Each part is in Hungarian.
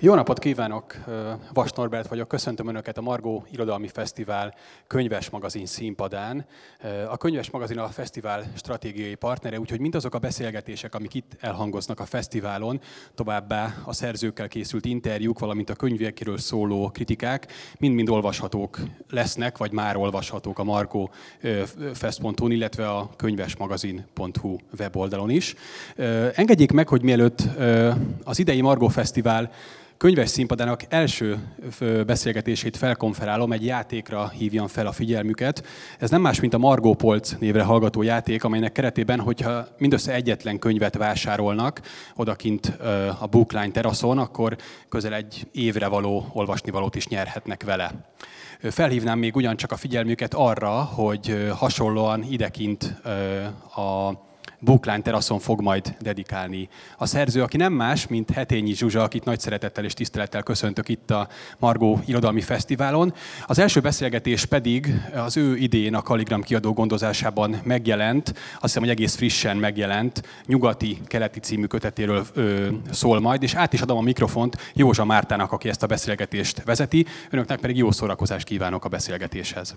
Jó napot kívánok! Vas Norbert vagyok, köszöntöm Önöket a Margó Irodalmi Fesztivál könyves magazin színpadán. A könyves magazin a fesztivál stratégiai partnere, úgyhogy mindazok a beszélgetések, amik itt elhangoznak a fesztiválon, továbbá a szerzőkkel készült interjúk, valamint a könyvekről szóló kritikák mind-mind olvashatók lesznek, vagy már olvashatók a margofest.hu-n, illetve a könyvesmagazin.hu weboldalon is. Engedjék meg, hogy mielőtt az idei Margó Fesztivál könyves színpadának első beszélgetését felkonferálom, egy játékra hívjam fel a figyelmüket. Ez nem más, mint a Margó Polc névre hallgató játék, amelynek keretében, hogyha mindössze egyetlen könyvet vásárolnak odakint a Bookline teraszon, akkor közel egy évre való olvasnivalót is nyerhetnek vele. Felhívnám még ugyancsak a figyelmüket arra, hogy hasonlóan idekint a Bookline teraszon fog majd dedikálni a szerző, aki nem más, mint Hetényi Zsuzsa, akit nagy szeretettel és tisztelettel köszöntök itt a Margó Irodalmi Fesztiválon. Az első beszélgetés pedig az ő idén a Kalligram kiadó gondozásában megjelent, azt hiszem, hogy egész frissen megjelent, Nyugati-keleti című kötetéről szól majd, és át is adom a mikrofont Józsa Mártának, aki ezt a beszélgetést vezeti. Önöknek pedig jó szórakozást kívánok a beszélgetéshez.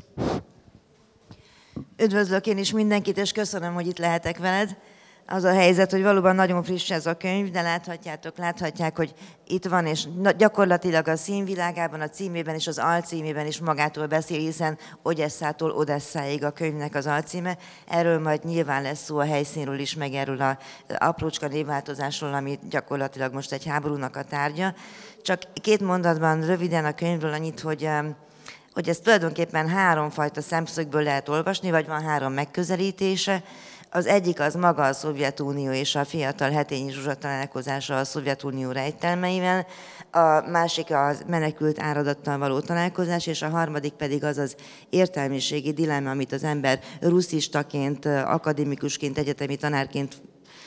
Üdvözlök én is mindenkit, és köszönöm, hogy itt lehetek veled. Az a helyzet, hogy valóban nagyon friss ez a könyv, de láthatják, hogy itt van, és gyakorlatilag a színvilágában, a címében és az alcímében is magától beszél, hiszen Ogyesszától Odesszáig a könyvnek az alcíme. Erről majd nyilván lesz szó, a helyszínről is, meg erről az aprócska névváltozásról, ami gyakorlatilag most egy háborúnak a tárgya. Csak két mondatban röviden a könyvről annyit, hogy ezt tulajdonképpen háromfajta szemszögből lehet olvasni, vagy van három megközelítése. Az egyik az maga a Szovjetunió és a fiatal Hetényi Zsuzsa találkozása a Szovjetunió rejtelmeivel, a másik a menekült áradattal való találkozás, és a harmadik pedig az az értelmiségi dilemma, amit az ember ruszistaként, akadémikusként, egyetemi tanárként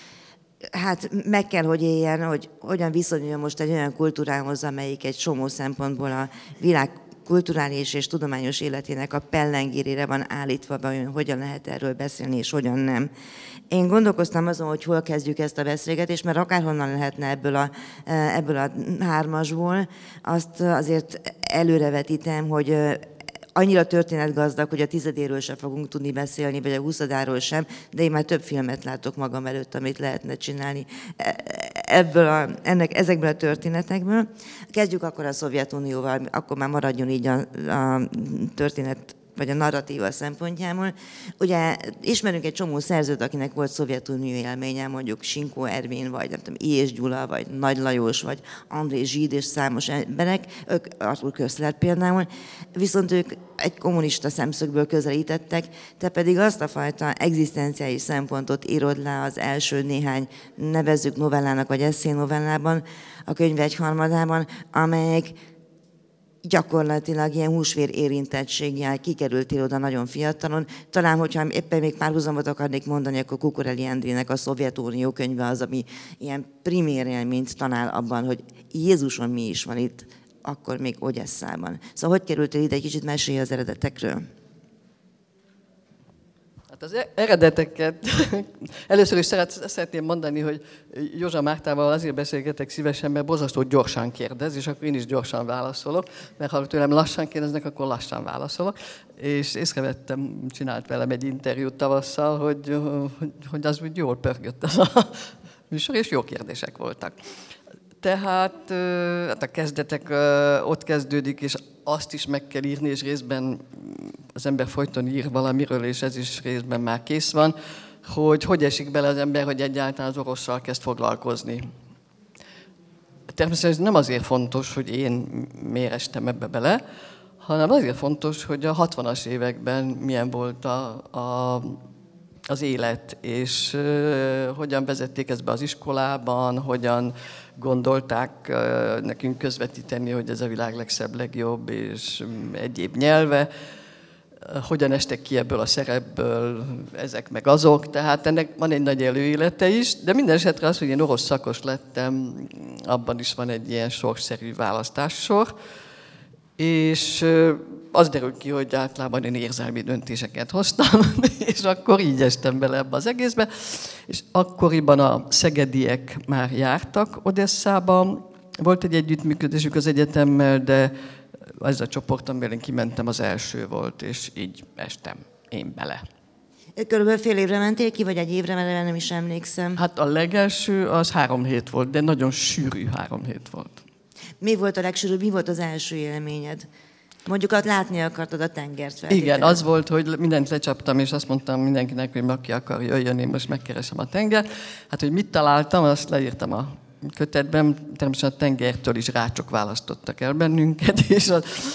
meg kell, hogy éljen, hogy hogyan viszonyuljon most egy olyan kultúrához, amelyik egy csomó szempontból a világ kulturális és tudományos életének a pellengérére van állítva, hogyan lehet erről beszélni, és hogyan nem. Én gondolkoztam azon, hogy hol kezdjük ezt a beszélgetést, mert akárhonnan lehetne ebből a hármasból, azt azért előrevetítem, hogy annyira történetgazdag, hogy a tizedéről sem fogunk tudni beszélni, vagy a huszadáról sem, de én már több filmet látok magam előtt, amit lehetne csinálni ezekből a történetekből. Kezdjük akkor a Szovjetunióval, akkor már maradjon így a történet, vagy a narratíva szempontjából. Ugye ismerünk egy csomó szerzőt, akinek volt Szovjetunió élménye, mondjuk Sinkó Ervin, vagy nem tudom, I. Gyula, vagy Nagy Lajos, vagy André Zsid és számos emberek, ők Arthur Koestler például, viszont ők egy kommunista szemszögből közelítettek, te pedig azt a fajta egzisztenciális szempontot írod le az első néhány, nevezzük novellának, vagy eszénovellában, a könyv egyharmadában, amelyek gyakorlatilag ilyen húsvér érintettséggel kikerültél oda nagyon fiatalon. Talán, hogyha éppen még párhuzamot akarnék mondani, akkor Kukoreli Endrének a Szovjetunió könyve az, ami ilyen primér élményt tanál abban, hogy Jézuson mi is van itt, akkor még Ogyesszában. Szóval hogy kerültél ide, egy kicsit mesélj az eredetekről? Az eredeteket először is szeretném mondani, hogy Józsa Mártával azért beszélgetek szívesen, mert borzasztó gyorsan kérdez, és akkor én is gyorsan válaszolok, mert ha tőlem lassan kérdeznek, akkor lassan válaszolok. És észrevettem, csinált velem egy interjút tavasszal, hogy az úgy jól pörgött az a műsor, és jó kérdések voltak. Tehát a kezdetek ott kezdődik, és azt is meg kell írni, és részben az ember folyton ír valamiről, és ez is részben már kész van, hogy esik bele az ember, hogy egyáltalán az orosszal kezd foglalkozni. Természetesen ez nem azért fontos, hogy én miért estem ebbe bele, hanem azért fontos, hogy a 60-as években milyen volt az élet, és hogyan vezették ezt be az iskolában, hogyan gondolták nekünk közvetíteni, hogy ez a világ legszebb, legjobb, és egyéb nyelve, hogyan estek ki ebből a szerepből ezek meg azok, tehát ennek van egy nagy előélete is, de minden esetre az, hogy én orosz szakos lettem, abban is van egy ilyen sorszerű választássor, és az derül ki, hogy általában én érzelmi döntéseket hoztam, és akkor így estem bele ebbe az egészbe. És akkoriban a szegediek már jártak Odesszába, Volt egy együttműködésük az egyetemmel, de ez a csoport, amivel én kimentem, az első volt, és így estem én bele. Körülbelül fél évre mentél ki, vagy egy évre, mert nem is emlékszem. Hát a legelső az 3 hét volt, de nagyon sűrű 3 hét volt. Mi volt a legsűrűbb, mi volt az első élményed? Mondjuk látni akartad a tengert feltétlenül. Igen, az volt, hogy mindent lecsaptam, és azt mondtam mindenkinek, hogy aki akar jöjjön, én most megkeresem a tengert. Hát, hogy mit találtam, azt leírtam a kötetben. Természetesen a tengertől is rácsok választottak el bennünket, és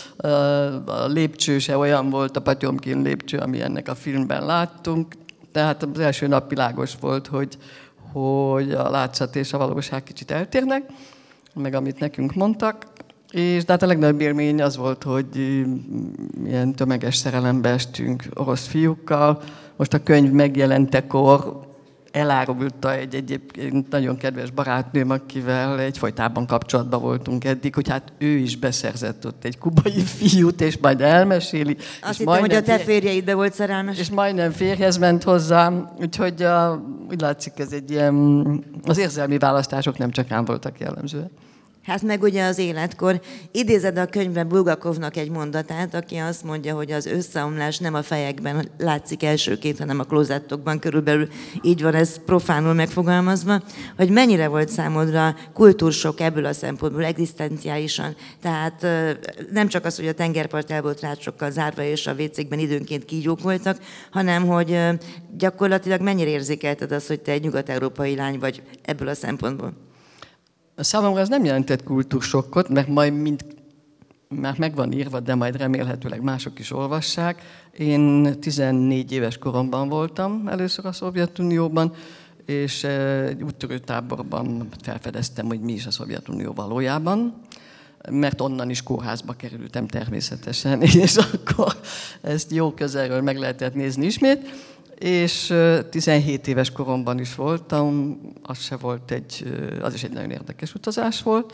a lépcső se olyan volt, a Potyomkin lépcső, ami ennek a filmben láttunk. Tehát az első nap világos volt, hogy a látszat és a valóság kicsit eltérnek, meg amit nekünk mondtak. És de hát a legnagyobb élmény az volt, hogy ilyen tömeges szerelembe estünk orosz fiúkkal. Most a könyv megjelentekor elárulta egy egyébként nagyon kedves barátnőm, akivel egyfolytában kapcsolatban voltunk eddig, hogy hát ő is beszerzett ott egy kubai fiút, és majd elmeséli. Azt hittem, hogy a te férjeidbe volt szerelmes. És majdnem férjhez ment hozzám, úgyhogy úgy látszik, ez egy ilyen, az érzelmi választások nem csak rám voltak jellemzőek. Hát meg ugye az életkor. Idézed a könyvben Bulgakovnak egy mondatát, aki azt mondja, hogy az összeomlás nem a fejekben látszik elsőként, hanem a klózettokban. Körülbelül így van ez profánul megfogalmazva. Hogy mennyire volt számodra kultúrsok ebből a szempontból, egzisztenciálisan. Tehát nem csak az, hogy a tengerpart el volt rácsokkal zárva, és a WC-kben időnként kígyók voltak, hanem hogy gyakorlatilag mennyire érzékelted azt, hogy te egy nyugat-európai lány vagy ebből a szempontból. Számomra ez nem jelentett kultúrsokkot, mert majd már meg van írva, de majd remélhetőleg mások is olvassák. Én 14 éves koromban voltam először a Szovjetunióban, és egy úttörőtáborban felfedeztem, hogy mi is a Szovjetunió valójában, mert onnan is kórházba kerültem természetesen, és akkor ezt jó közelről meg lehetett nézni ismét. És 17 éves koromban is voltam, az is egy nagyon érdekes utazás volt.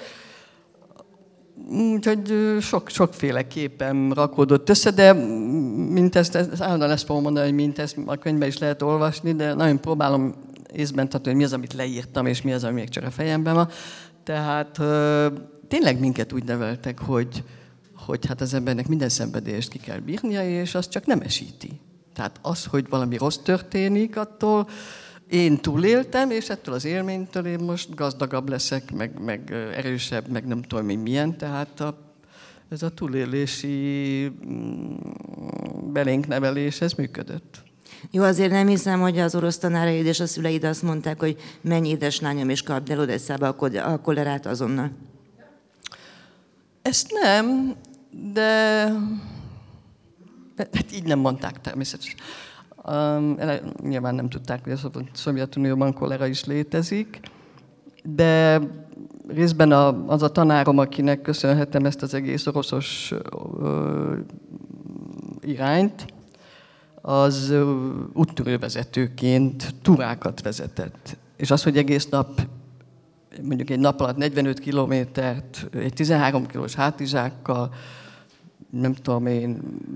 Úgyhogy sokféle képem rakódott össze, de mint ezt állandóan ezt fogom mondani, hogy mint ezt a könyvben is lehet olvasni, de nagyon próbálom észben tartani, hogy mi az, amit leírtam, és mi az, ami még csak a fejemben van. Tehát tényleg minket úgy neveltek, hogy hát az embernek minden szenvedélyest ki kell bírnia, és azt csak nem esíti. Tehát az, hogy valami rossz történik, attól én túléltem, és ettől az élménytől én most gazdagabb leszek, meg erősebb, meg nem tudom még milyen. Tehát ez a túlélési belénk nevelés, ez működött. Jó, azért nem hiszem, hogy az orosz tanáraid és a szüleid azt mondták, hogy menj édeslányom, és kapd el Odesszába a kolerát azonnal. Ezt nem, de hát így nem mondták természetesen. Nyilván nem tudták, hogy a Szovjetunióban kolera is létezik, de részben az a tanárom, akinek köszönhetem ezt az egész oroszos irányt, az úttörővezetőként túrákat vezetett. És az, hogy egész nap, mondjuk egy nap alatt 45 kilométert, egy 13 kilós hátizsákkal, nem tudom én,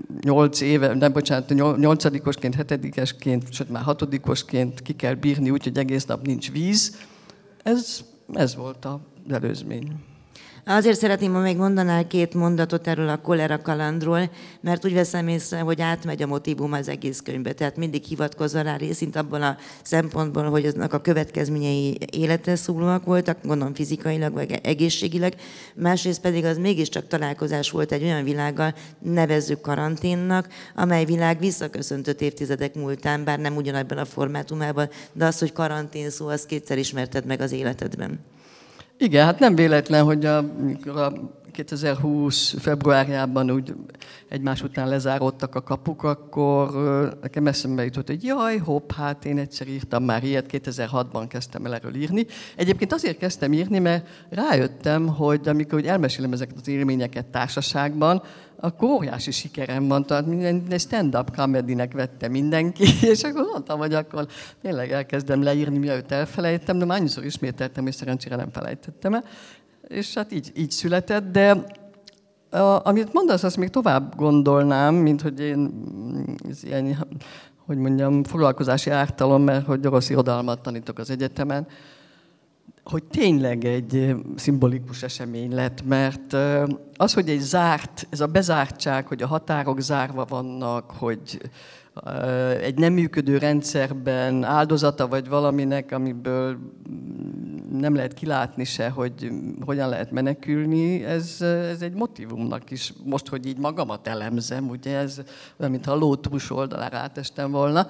8-adikosként, 7-esként, sőt már 6-osként ki kell bírni úgy, hogy egész nap nincs víz. Ez volt az előzmény. Azért szeretném, ha még mondanál 2 mondatot erről a kolera kalandról, mert úgy veszem észre, hogy átmegy a motívum az egész könyvbe. Tehát mindig hivatkozva rá részint abban a szempontból, hogy aznak a következményei életre szólóak voltak, gondolom fizikailag vagy egészségileg. Másrészt pedig az mégiscsak találkozás volt egy olyan világgal, nevezzük karanténnak, amely világ visszaköszöntött évtizedek múltán, bár nem ugyanabban a formátumában, de az, hogy karantén szó, azt 2-szer ismerted meg az életedben. Igen, hát nem véletlen, hogy amikor a 2020 februárjában úgy egymás után lezáródtak a kapuk, akkor nekem eszembe jutott, hogy jaj, hopp, hát én egyszer írtam már ilyet, 2006-ban kezdtem el erről írni. Egyébként azért kezdtem írni, mert rájöttem, hogy amikor úgy elmesélem ezeket az élményeket társaságban, akkor óriási sikerem van, tehát minden stand-up comedy-nek vette mindenki, és akkor mondtam, hogy akkor tényleg elkezdem leírni, mielőtt elfelejtettem, de már annyiszor ismételtem, és szerencsére nem felejtettem el. És hát így született, de amit mondasz, azt még tovább gondolnám, mint hogy én ez ilyen, hogy mondjam, foglalkozási ártalom, mert hogy orosz irodalmat tanítok az egyetemen. hogy tényleg egy szimbolikus esemény lett, mert az, hogy ez a bezártság, hogy a határok zárva vannak, hogy egy nem működő rendszerben áldozata vagy valaminek, amiből nem lehet kilátni se, hogy hogyan lehet menekülni, ez egy motívumnak is. Most, hogy így magamat elemzem, ugye ez olyan, mintha a ló túlsó oldalára átestem volna,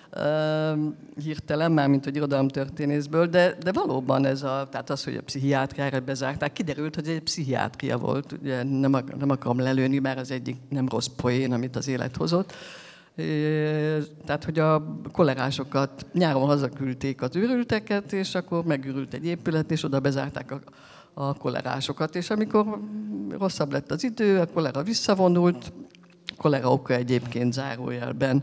hirtelen, már mint hogy irodalomtörténészből, de valóban tehát az, hogy a pszichiátriára bezárták, kiderült, hogy egy pszichiátria volt, ugye nem akarom lelőni, mert az egyik nem rossz poén, amit az élet hozott. Tehát, hogy a kolerásokat nyáron hazaküldték az őrülteket, és akkor megőrült egy épület, és oda bezárták a kolerásokat. És amikor rosszabb lett az idő, a kolera visszavonult, kolera oka egyébként zárójelben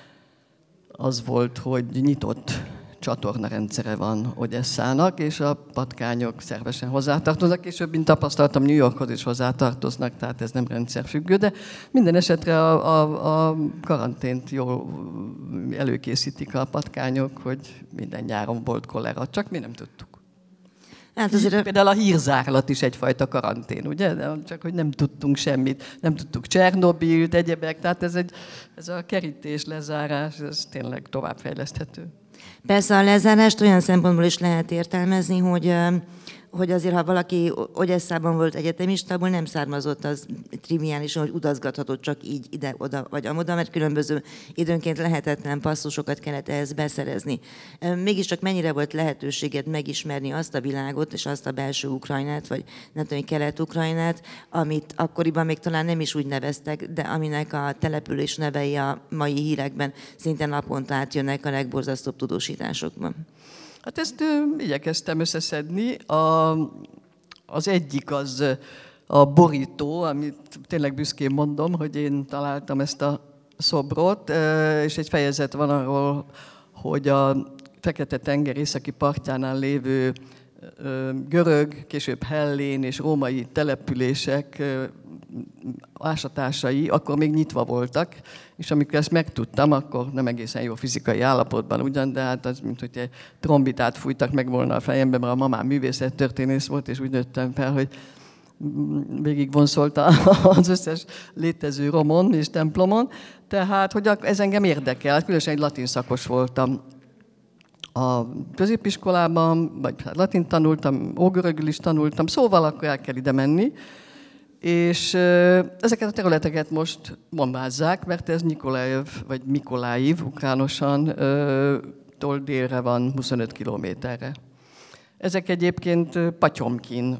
az volt, hogy nyitott csatornarendszere van Odesszának, és a patkányok szervesen hozzátartoznak. Később, mint tapasztaltam, New Yorkhoz is hozzátartoznak, tehát ez nem rendszerfüggő, de minden esetre a karantént jól előkészítik a patkányok, hogy minden nyáron volt kolera, csak mi nem tudtuk. Hát azért... Például a hírzárlat is egyfajta karantén, ugye? Csak hogy nem tudtunk semmit, nem tudtuk Csernobilt, egyebek, tehát ez a kerítés, lezárás, ez tényleg továbbfejleszthető. Persze a lezárást olyan szempontból is lehet értelmezni, hogy azért, ha valaki Odesszában volt egyetemista, abból nem származott az triviálisan, hogy utazgathatott csak így ide-oda vagy amoda, mert különböző időnként lehetetlen passzusokat kellett ehhez beszerezni. Mégiscsak mennyire volt lehetőséged megismerni azt a világot, és azt a belső Ukrajnát, vagy nem tudom, Kelet-Ukrajnát, amit akkoriban még talán nem is úgy neveztek, de aminek a település nevei a mai hírekben szinte naponta átjönnek a legborzasztóbb tudósításokban. Hát ezt igyekeztem összeszedni. Az egyik az a borító, amit tényleg büszkén mondom, hogy én találtam ezt a szobrot, és egy fejezet van arról, hogy a Fekete-tenger északi partjánál lévő görög, később hellén és római települések ásatásai akkor még nyitva voltak, és amikor ezt megtudtam, akkor nem egészen jó fizikai állapotban ugyan, de hát az, mint hogy egy trombitát fújtak meg volna a fejembe, mert a mamám művészettörténész volt, és úgy nőttem fel, hogy végigvonszolta az összes létező romon és templomon, tehát, hogy ez engem érdekel, különösen egy latin szakos voltam a középiskolában, vagy latin tanultam, ógörögül is tanultam, szóval akkor el kell ide menni, és ezeket a területeket most bombázzák, mert ez Nikolaev, vagy Mikoláiv, ukránosan, tól délre van 25 kilométerre. Ezek egyébként Patyomkin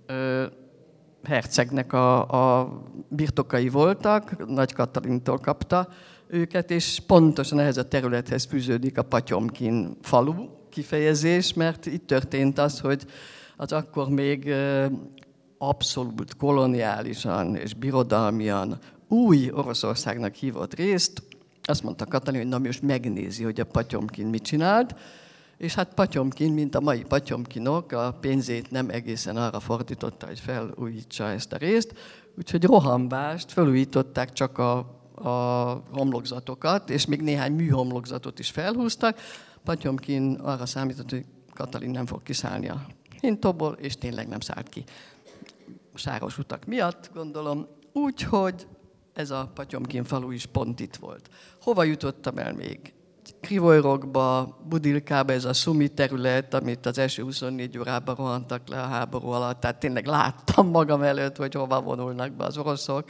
hercegnek a birtokai voltak, Nagy Katalintól kapta őket, és pontosan ehhez a területhez fűződik a Patyomkin falu kifejezés, mert itt történt az, hogy az akkor még abszolút koloniálisan és birodalmian új Oroszországnak hívott részt. Azt mondta Katalin, hogy na most megnézi, hogy a Patyomkin mit csinált, és hát Patyomkin, mint a mai patyomkinok, a pénzét nem egészen arra fordította, hogy felújítsa ezt a részt, úgyhogy rohambást felújították csak a homlokzatokat, és még néhány műhomlokzatot is felhúztak. Patyomkin arra számított, hogy Katalin nem fog kiszállni a hintóból, és tényleg nem szállt ki. Sáros utak miatt, gondolom. Úgyhogy ez a Patyomkin falu is pont itt volt. Hova jutottam el még? Krivojrogba, Budilkába, ez a Szumi terület, amit az első 24 órában rohantak le a háború alatt, tehát tényleg láttam magam előtt, hogy hova vonulnak be az oroszok.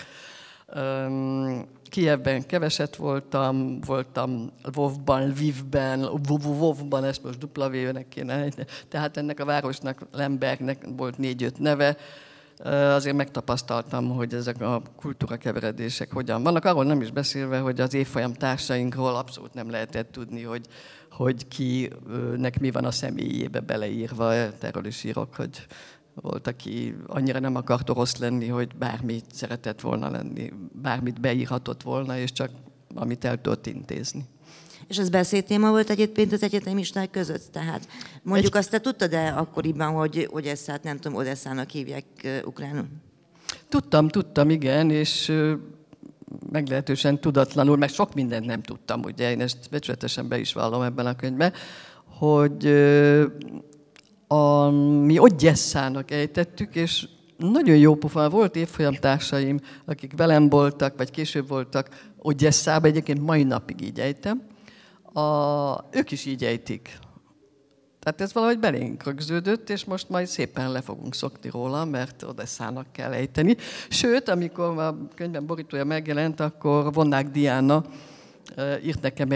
Kijevben keveset voltam Lvovban, Lvivben, Lvovban, ezt most W-nek kéne, tehát ennek a városnak, Lembergnek volt 4-5 neve. Azért megtapasztaltam, hogy ezek a kultúrakeveredések hogyan vannak. Arról nem is beszélve, hogy az évfolyam társainkról abszolút nem lehetett tudni, hogy kinek mi van a személyébe beleírva. Erről is írok, hogy volt, aki annyira nem akart orosz lenni, hogy bármit szeretett volna lenni, bármit beírhatott volna, és csak amit el tudott intézni. És ez beszédtéma volt egyébként az egyetemisták között? Tehát mondjuk azt te tudtad-e akkoriban, hogy Odesszát, nem tudom, Odesszának hívják ukránul? Tudtam, igen, és meglehetősen tudatlanul, mert sok mindent nem tudtam, ugye én ezt becsületesen be is vallom ebben a könyvben, hogy mi Odyesszának ejtettük, és nagyon jó pofa volt évfolyamtársaim, akik velem voltak, vagy később voltak Odyesszában, egyébként mai napig így ejtem. Ők is így ejtik. Tehát ez valahogy belénk rögződött, és most majd szépen le fogunk szokni róla, mert Odesszának kell ejteni. Sőt, amikor a könyvem borítója megjelent, akkor Vonnák Diana írt nekem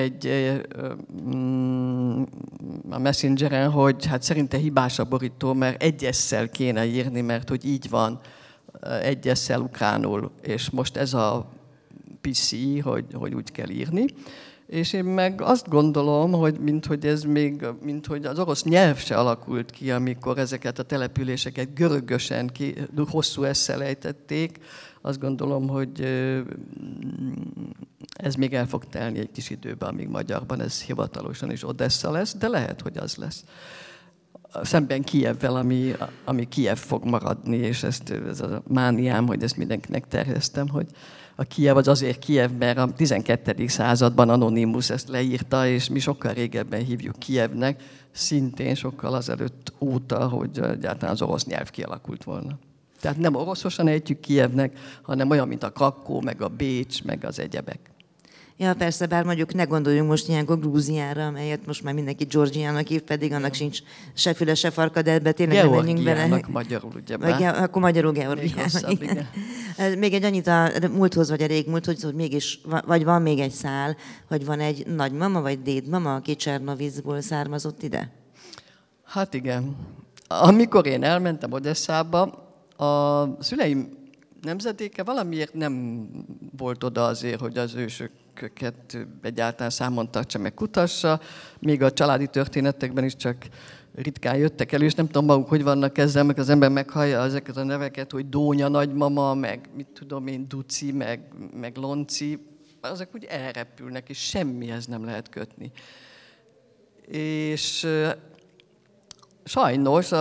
a Messengeren, hogy hát szerinte hibás a borító, mert egy esszel kéne írni, mert hogy így van, egy esszel ukránul, és most ez a PC, hogy úgy kell írni. És én meg azt gondolom, hogy minthogy az orosz nyelv se alakult ki, amikor ezeket a településeket görögösen hosszú esszel ejtették, azt gondolom, hogy ez még el fog telni egy kis időben, amíg magyarban ez hivatalosan is Odessa lesz, de lehet, hogy az lesz. Szemben Kijevvel, ami Kijev fog maradni, és ez a mániám, hogy ezt mindenkinek terjesztem, hogy a Kijev az azért Kijev, mert a 12. században Anonymus ezt leírta, és mi sokkal régebben hívjuk Kijevnek, szintén sokkal azelőtt óta, hogy egyáltalán az orosz nyelv kialakult volna. Tehát nem oroszosan ejtjük Kijevnek, hanem olyan, mint a Krakkó, meg a Bécs, meg az egyebek. Ja, persze, bár mondjuk ne gondoljunk most ilyenkor Grúziára, amelyet most már mindenki Georgiának hív, pedig annak sincs se füle, se farka, de ebbe tényleg nem menjünk bele. Georgiának magyarul, ugye? Akkor magyarul Georgiának. Igen. Még egy annyit a múlthoz, vagy a régmúlthoz, hogy mégis, vagy van még egy szál, hogy van egy nagymama, vagy dédmama, aki Csernovicból származott ide? Hát igen. Amikor én elmentem Odesszába, a szüleim nemzedéke valamiért nem volt oda azért, hogy az ősöket egyáltalán számon tartsa, meg kutassa. Még a családi történetekben is csak ritkán jöttek elő, és nem tudom maguk, hogy vannak ezzel, meg az ember meghallja ezeket a neveket, hogy Dónya nagymama, meg mit tudom én, Duci, meg Lonci. Azok úgy elrepülnek, és semmihez nem lehet kötni. És sajnos,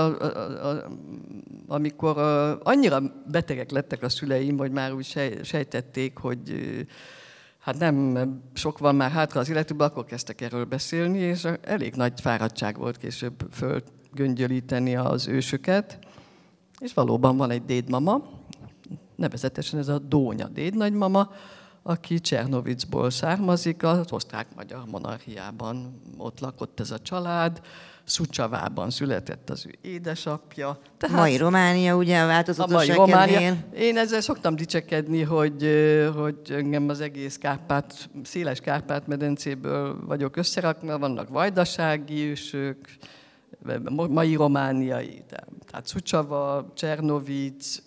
amikor annyira betegek lettek a szüleim, hogy már úgy sejtették, hogy hát nem sok van már hátra az életükben, akkor kezdtek erről beszélni, és elég nagy fáradtság volt később fölgöngyölíteni az ősöket. És valóban van egy dédmama, nevezetesen ez a Dónya dédnagymama, aki Csernovicból származik, az osztrák-magyar monarchiában ott lakott ez a család, Szucsavában született az ő édesapja. Tehát mai Románia, ugye a változatosság Románia. Én ezzel szoktam dicsekedni, hogy engem az egész széles Kárpát-medencéből vagyok összerakva, vannak vajdasági ősök, mai romániai, tehát Szucsava, Csernovic,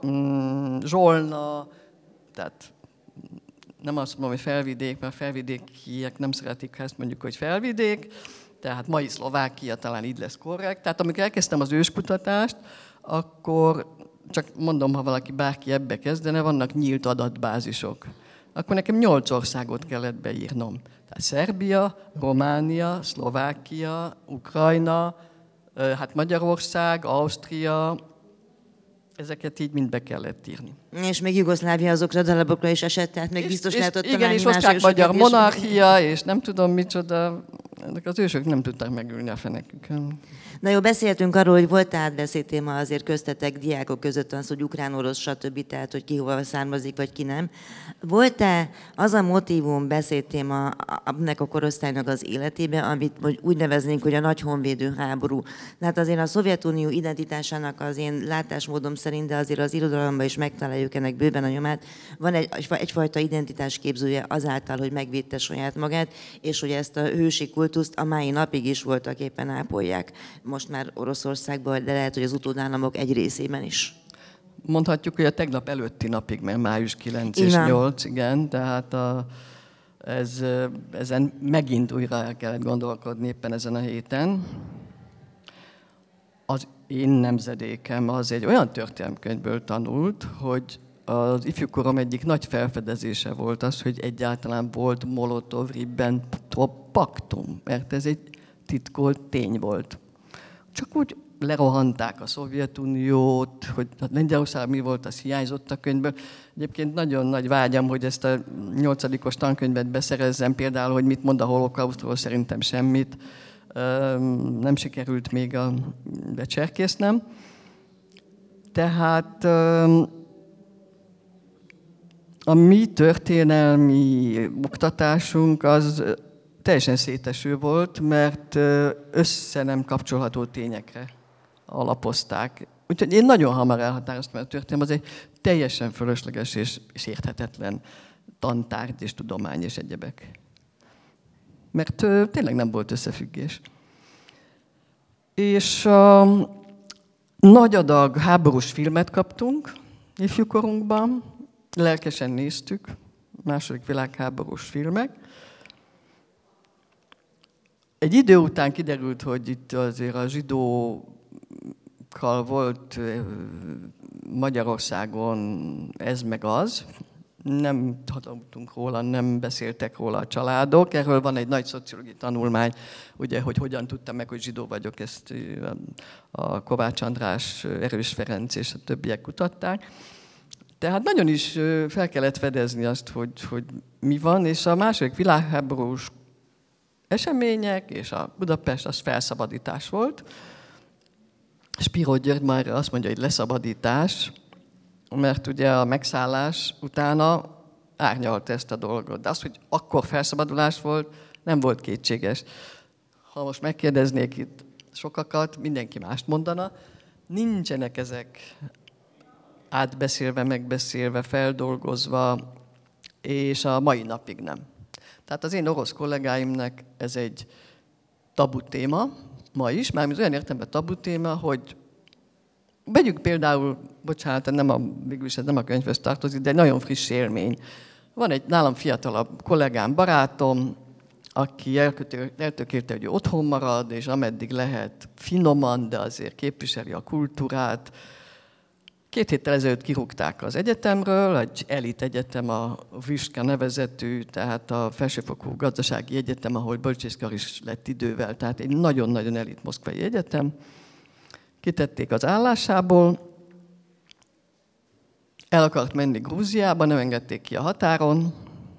Zsolna, tehát nem azt mondom, hogy felvidék, mert felvidékiek nem szeretik, ha ezt mondjuk, hogy felvidék, tehát mai Szlovákia talán így lesz korrekt. Tehát amikor elkezdtem az őskutatást, akkor csak mondom, ha bárki ebbe kezdene, vannak nyílt adatbázisok. Akkor nekem 8 országot kellett beírnom. Tehát Szerbia, Románia, Szlovákia, Ukrajna, hát Magyarország, Ausztria, ezeket így mind be kellett írni. És még Jugoszlávia azokra a darabokra is esett, tehát még biztos lehetett találni. Igen, és osztrák-magyar monarchia, és nem tudom micsoda, ezek az ősök nem tudták megülni a fenekükön. Na jó, beszéltünk arról, hogy volt átbeszédtéma azért köztetek diákok között az, hogy ukrán, orosz, stb., tehát hogy ki hova származik, vagy ki nem. Volt-e az a motívum, beszédtéma ennek a korosztálynak az életében, amit úgy neveznénk, hogy a nagy honvédő háború? Hát azért a Szovjetunió identitásának az én látásmódom szerint, de azért az irodalomban is megtaláljuk ennek bőven a nyomát, van egyfajta identitásképzője azáltal, hogy megvédte saját magát, és hogy ezt a hősi kultuszt a mai napig is voltak éppen ápolják. Most már Oroszországban, de lehet, hogy az utódállamok egy részében is. Mondhatjuk, hogy a tegnap előtti napig, mert május 9 és 8, igen, tehát ezen megint újra el kellett gondolkodni éppen ezen a héten. Az én nemzedékem az egy olyan történelemkönyvből tanult, hogy az ifjúkorom egyik nagy felfedezése volt az, hogy egyáltalán volt Molotov-Ribbentrop paktum, mert ez egy titkolt tény volt. Csak úgy lerohanták a Szovjetuniót, hogy Lengyelország mi volt, az hiányzott a könyvből. Egyébként nagyon nagy vágyam, hogy ezt a 8. tankönyvet beszerezzem, például, hogy mit mond a holokausztról, szerintem semmit. Nem sikerült még becserkésznem. Tehát a mi történelmi oktatásunk az teljesen széteső volt, mert össze nem kapcsolható tényekre alapozták. Úgyhogy én nagyon hamar elhatároztam, mert a történelem az egy teljesen fölösleges és érthetetlen tantárgy és tudomány és egyebek. Mert tényleg nem volt összefüggés. És nagy adag háborús filmet kaptunk ifjúkorunkban, lelkesen néztük, második világháborús filmek. Egy idő után kiderült, hogy itt azért a zsidókkal volt Magyarországon ez meg az. Nem hallottunk róla, nem beszéltek róla a családok. Erről van egy nagy szociológiai tanulmány, ugye, hogy hogyan tudtam meg, hogy zsidó vagyok, ezt a Kovács András, Erős Ferenc és a többiek kutatták. Tehát nagyon is fel kellett fedezni azt, hogy mi van, és a második világháborús események és a Budapest az felszabadítás volt. Spiró György már azt mondja, hogy leszabadítás, mert ugye a megszállás utána árnyalta ezt a dolgot. De az, hogy akkor felszabadulás volt, nem volt kétséges. Ha most megkérdeznék itt sokakat, mindenki mást mondana. Nincsenek ezek átbeszélve, megbeszélve, feldolgozva, és a mai napig nem. Tehát az én orosz kollégáimnak ez egy tabu téma, ma is, mármint olyan értelemben tabu téma, hogy vegyük például, bocsánat, végülis ez nem a könyvhez tartozik, de egy nagyon friss élmény. Van egy nálam fiatalabb kollégám, barátom, aki eltökélte, hogy otthon marad, és ameddig lehet finoman, de azért képviseli a kultúrát. 2 héttel ezelőtt kirúgták az egyetemről, egy elit egyetem, a Viska nevezetű, tehát a felsőfokú gazdasági egyetem, ahol bölcsészkar is lett idővel, tehát egy nagyon-nagyon elit moszkvai egyetem. Kitették az állásából, el akart menni Grúziába, nem engedték ki a határon,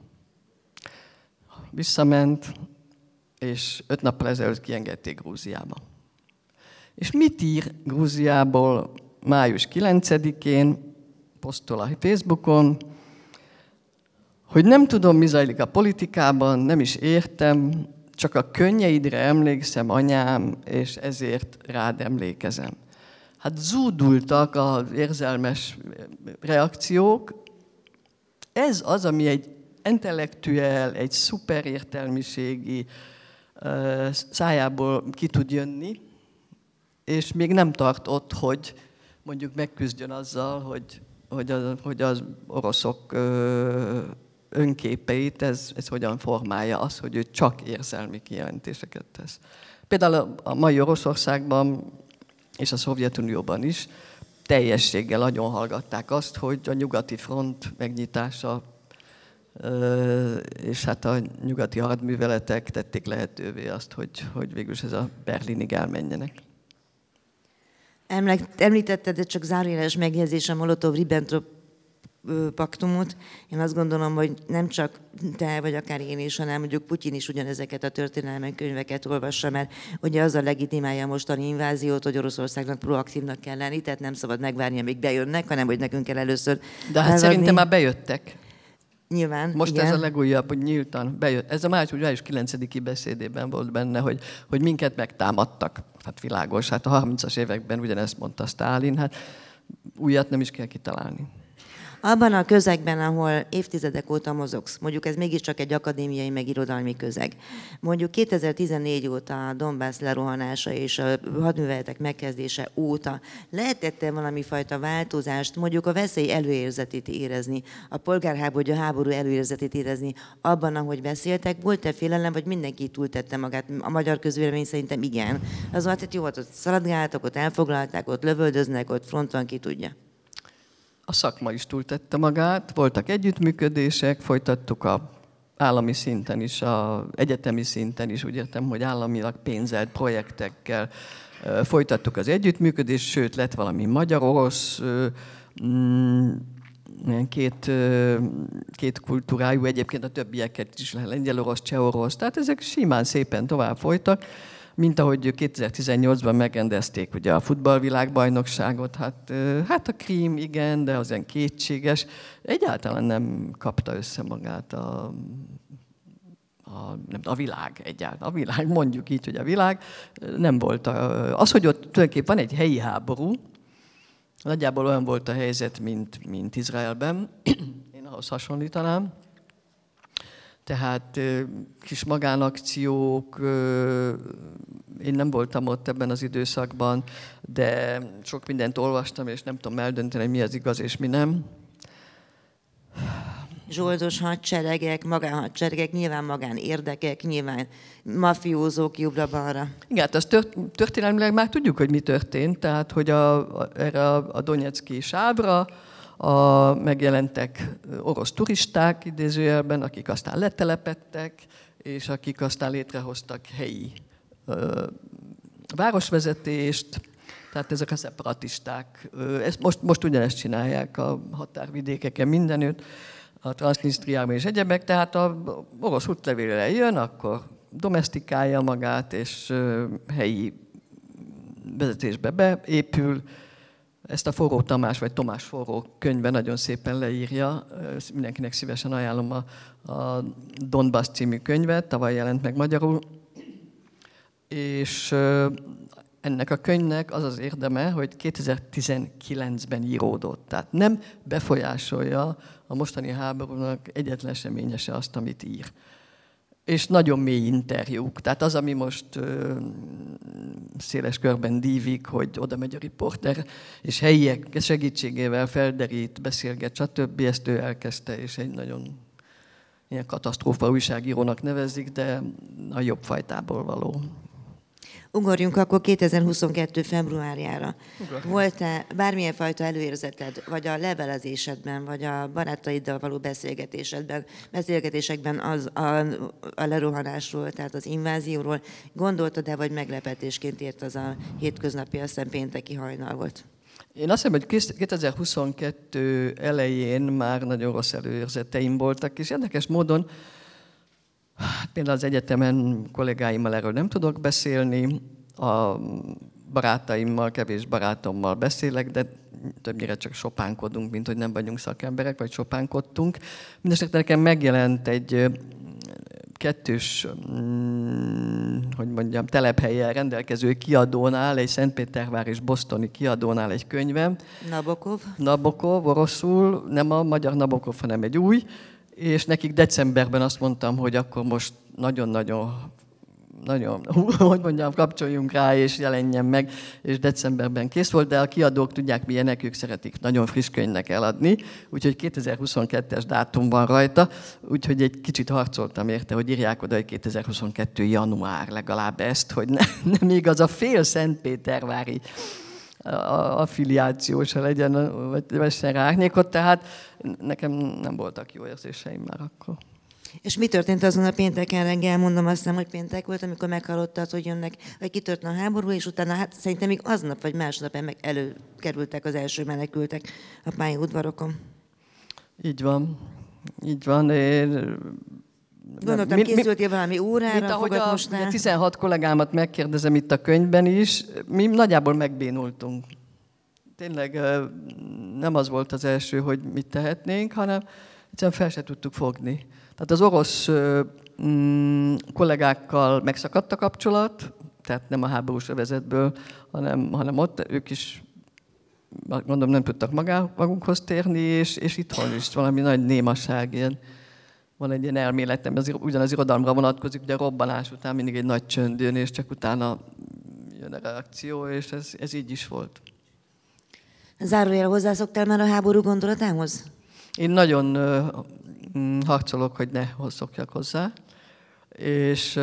visszament, és 5 nappal ezelőtt kiengedték Grúziába. És mit ír Grúziából május 9-én, posztol a Facebookon, hogy nem tudom, mi zajlik a politikában, nem is értem, csak a könnyeidre emlékszem, anyám, és ezért rád emlékezem. Hát zúdultak az érzelmes reakciók. Ez az, ami egy intellektuel, egy szuperértelmiségi szájából ki tud jönni, és még nem tart ott, hogy mondjuk megküzdjön azzal, hogy az oroszok önképeit ez hogyan formálja az, hogy ő csak érzelmi kijelentéseket tesz. Például a mai Oroszországban és a Szovjetunióban is teljességgel nagyon hallgatták azt, hogy a nyugati front megnyitása és hát a nyugati hadműveletek tették lehetővé azt, hogy végülis ez a Berlinig elmenjenek. Említetted, de csak zárójeles megjegyzés a Molotov-Ribbentrop paktumot. Én azt gondolom, hogy nem csak te, vagy akár én is, hanem mondjuk Putyin is ugyanezeket a történelmi könyveket olvassa, mert ugye az a legitimálja a mostani inváziót, hogy Oroszországnak proaktívnak kell lenni, tehát nem szabad megvárni, amíg bejönnek, hanem hogy nekünk kell először de hát szerintem már bejöttek. Nyilván, most igen. Ez a legújabb, hogy nyíltan bejött. Ez a május 9-i beszédében volt benne, hogy minket megtámadtak. Hát világos, hát a 30-as években ugyanezt mondta Sztálin, hát újat nem is kell kitalálni. Abban a közegben, ahol évtizedek óta mozogsz, mondjuk ez mégiscsak egy akadémiai, meg irodalmi közeg. Mondjuk 2014 óta a Donbass lerohanása és a hadműveletek megkezdése óta lehetett-e valami fajta változást, mondjuk a veszély előérzetét érezni, a polgárháború, a háború előérzetét érezni abban, ahogy beszéltek? Volt-e félelem, vagy mindenki túltette magát? A magyar közvélemény szerintem igen. Az volt, hogy jó, ott szaladgáltak, ott elfoglalták, ott lövöldöznek, ott front van, ki tudja. A szakma is túltette magát, voltak együttműködések, folytattuk a állami szinten is, az egyetemi szinten is, úgy értem, hogy államilag pénzelt projektekkel folytattuk az együttműködést, sőt, lett valami magyar-orosz, két kultúrájú, egyébként a többieket is, lengyel-orosz, cseh-orosz, tehát ezek simán szépen tovább folytak. mint ahogy 2018-ban megrendezték ugye a futballvilágbajnokságot, hát a Krím igen, de az ilyen kétséges. Egyáltalán nem kapta össze magát a világ egyáltalán. A világ, mondjuk így, hogy a világ nem volt. Az, hogy ott tulajdonképpen van egy helyi háború, nagyjából olyan volt a helyzet, mint Izraelben. Én ahhoz hasonlítanám. Tehát kis magánakciók, én nem voltam ott ebben az időszakban, de sok mindent olvastam, és nem tudom eldönteni, mi az igaz és mi nem. Zsoldos hadseregek, magánhadseregek, nyilván magánérdekek, nyilván mafiózók jobbra-balra. Igen, hát az történelmileg már tudjuk, hogy mi történt, tehát hogy erre a Donetszki sávra megjelentek orosz turisták idézőjelben, akik aztán letelepedtek, és akik aztán létrehoztak helyi városvezetést, tehát ezek a szeparatisták. Most ugyanezt csinálják a határvidékeken mindenütt, a Transnistriában és egyebek, tehát az orosz útlevélre jön, akkor domesztikálja magát, és helyi vezetésbe beépül. Ezt a Forró Tamás, vagy Tomás Forró könyve nagyon szépen leírja. Mindenkinek szívesen ajánlom a Donbass című könyvet, tavaly jelent meg magyarul. És ennek a könyvnek az az érdeme, hogy 2019-ben íródott. Tehát nem befolyásolja a mostani háborúnak egyetlen eseménye se azt, amit ír. És nagyon mély interjúk. Tehát az, ami most széles körben dívik, hogy oda megy a riporter, és helyiek segítségével felderít, beszélget, stb. Ezt ő elkezdte, és egy nagyon ilyen katasztrófa újságírónak nevezik, de a jobb fajtából való. Ugorjunk akkor 2022. februárjára. Volt-e bármilyen fajta előérzeted, vagy a levelezésedben, vagy a barátaiddal való beszélgetésekben a lerohanásról, tehát az invázióról, gondoltad-e, vagy meglepetésként ért az a hétköznapi, azt hiszem pénteki hajnal volt? Én azt hiszem, hogy 2022 elején már nagyon rossz előérzeteim voltak, és érdekes módon például az egyetemen kollégáimmal erről nem tudok beszélni, a barátaimmal, kevés barátommal beszélek, de többnyire csak sopánkodunk, mint hogy nem vagyunk szakemberek, vagy sopánkodtunk. Mindenesetre nekem megjelent egy kettős, hogy mondjam, telephelyen rendelkező kiadónál, egy Szentpétervár és bostoni kiadónál egy könyvem. Nabokov, oroszul, nem a magyar Nabokov, hanem egy új, és nekik decemberben azt mondtam, hogy akkor most nagyon, hogy mondjam, kapcsoljunk rá, és jelenjen meg, és decemberben kész volt, de a kiadók tudják milyenek, ők szeretik nagyon friss könyvnek eladni, úgyhogy 2022-es dátum van rajta, úgyhogy egy kicsit harcoltam érte, hogy írják oda, hogy 2022. január legalább ezt, hogy nem igaz a fél szentpétervári affiliáció se legyen, vagy vessen rá árnyékot, tehát nekem nem voltak jó érzéseim már akkor. És mi történt azon a pénteken reggel? Mondom, azt hiszem, hogy péntek volt, amikor meghallottad, hogy jönnek, vagy kitört a háború, és utána hát szerintem még aznap vagy másnap meg előkerültek az első menekültek a pályaudvarokon. Így van. Én gondoltam, készültél valami órára, fogad most el? 16 kollégámat megkérdezem itt a könyvben is, mi nagyjából megbénultunk. Tényleg nem az volt az első, hogy mit tehetnénk, hanem egyszerűen fel se tudtuk fogni. Tehát az orosz kollégákkal megszakadt a kapcsolat, tehát nem a háborús övezetből, hanem ott ők is, mondom, nem tudtak magunkhoz térni, és itthon is valami nagy némaság, ilyen. Van egy ilyen elméletem, ugyanaz irodalomra vonatkozik, ugye a robbanás után mindig egy nagy csönd jön, és csak utána jön a reakció, és ez így is volt. Zárójelre hozzászoktál már a háború gondolatához? Én nagyon harcolok, hogy ne szokjak hozzá, és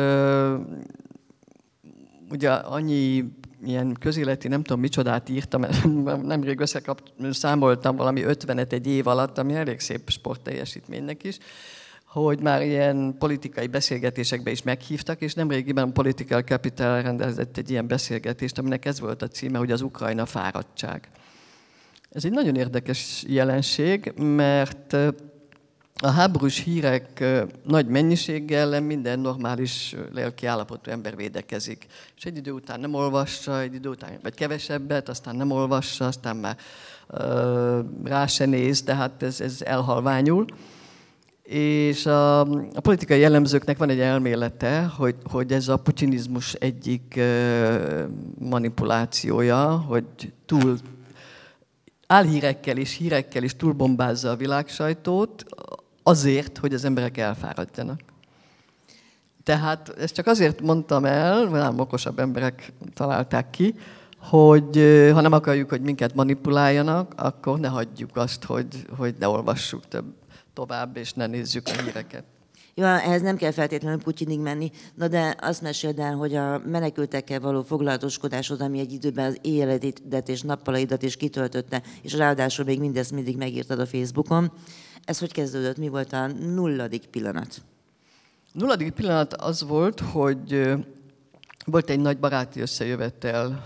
ugye annyi ilyen közéleti, nem tudom micsodát írtam, nemrég számoltam valami 50-et egy év alatt, ami elég szép sportteljesítménynek is, hogy már ilyen politikai beszélgetésekbe is meghívtak, és nemrégiben a Political Capital rendezett egy ilyen beszélgetést, aminek ez volt a címe, hogy az Ukrajna fáradtság. Ez egy nagyon érdekes jelenség, mert A háborús hírek nagy mennyisége ellen minden normális lelki állapotú ember védekezik. És egy idő után nem olvassa, egy idő után, vagy kevesebbet, aztán nem olvassa, aztán már rá se néz, de hát ez elhalványul. És a politikai jellemzőknek van egy elmélete, hogy ez a putinizmus egyik manipulációja, hogy túl álhírekkel és hírekkel is túlbombázza a világsajtót azért, hogy az emberek elfáradjanak. Tehát ezt csak azért mondtam el, nem okosabb emberek találták ki, hogy ha nem akarjuk, hogy minket manipuláljanak, akkor ne hagyjuk azt, hogy ne olvassuk tovább, és ne nézzük a híreket. Jó, ehhez nem kell feltétlenül Putyinig menni, na de azt meséld el, hogy a menekültekkel való foglalatoskodásod, ami egy időben az éjjeledet és nappalaidat is kitöltötte, és ráadásul még mindezt mindig megírtad a Facebookon. Ez hogy kezdődött? Mi volt a 0. pillanat? 0. pillanat az volt, hogy volt egy nagy baráti összejövetel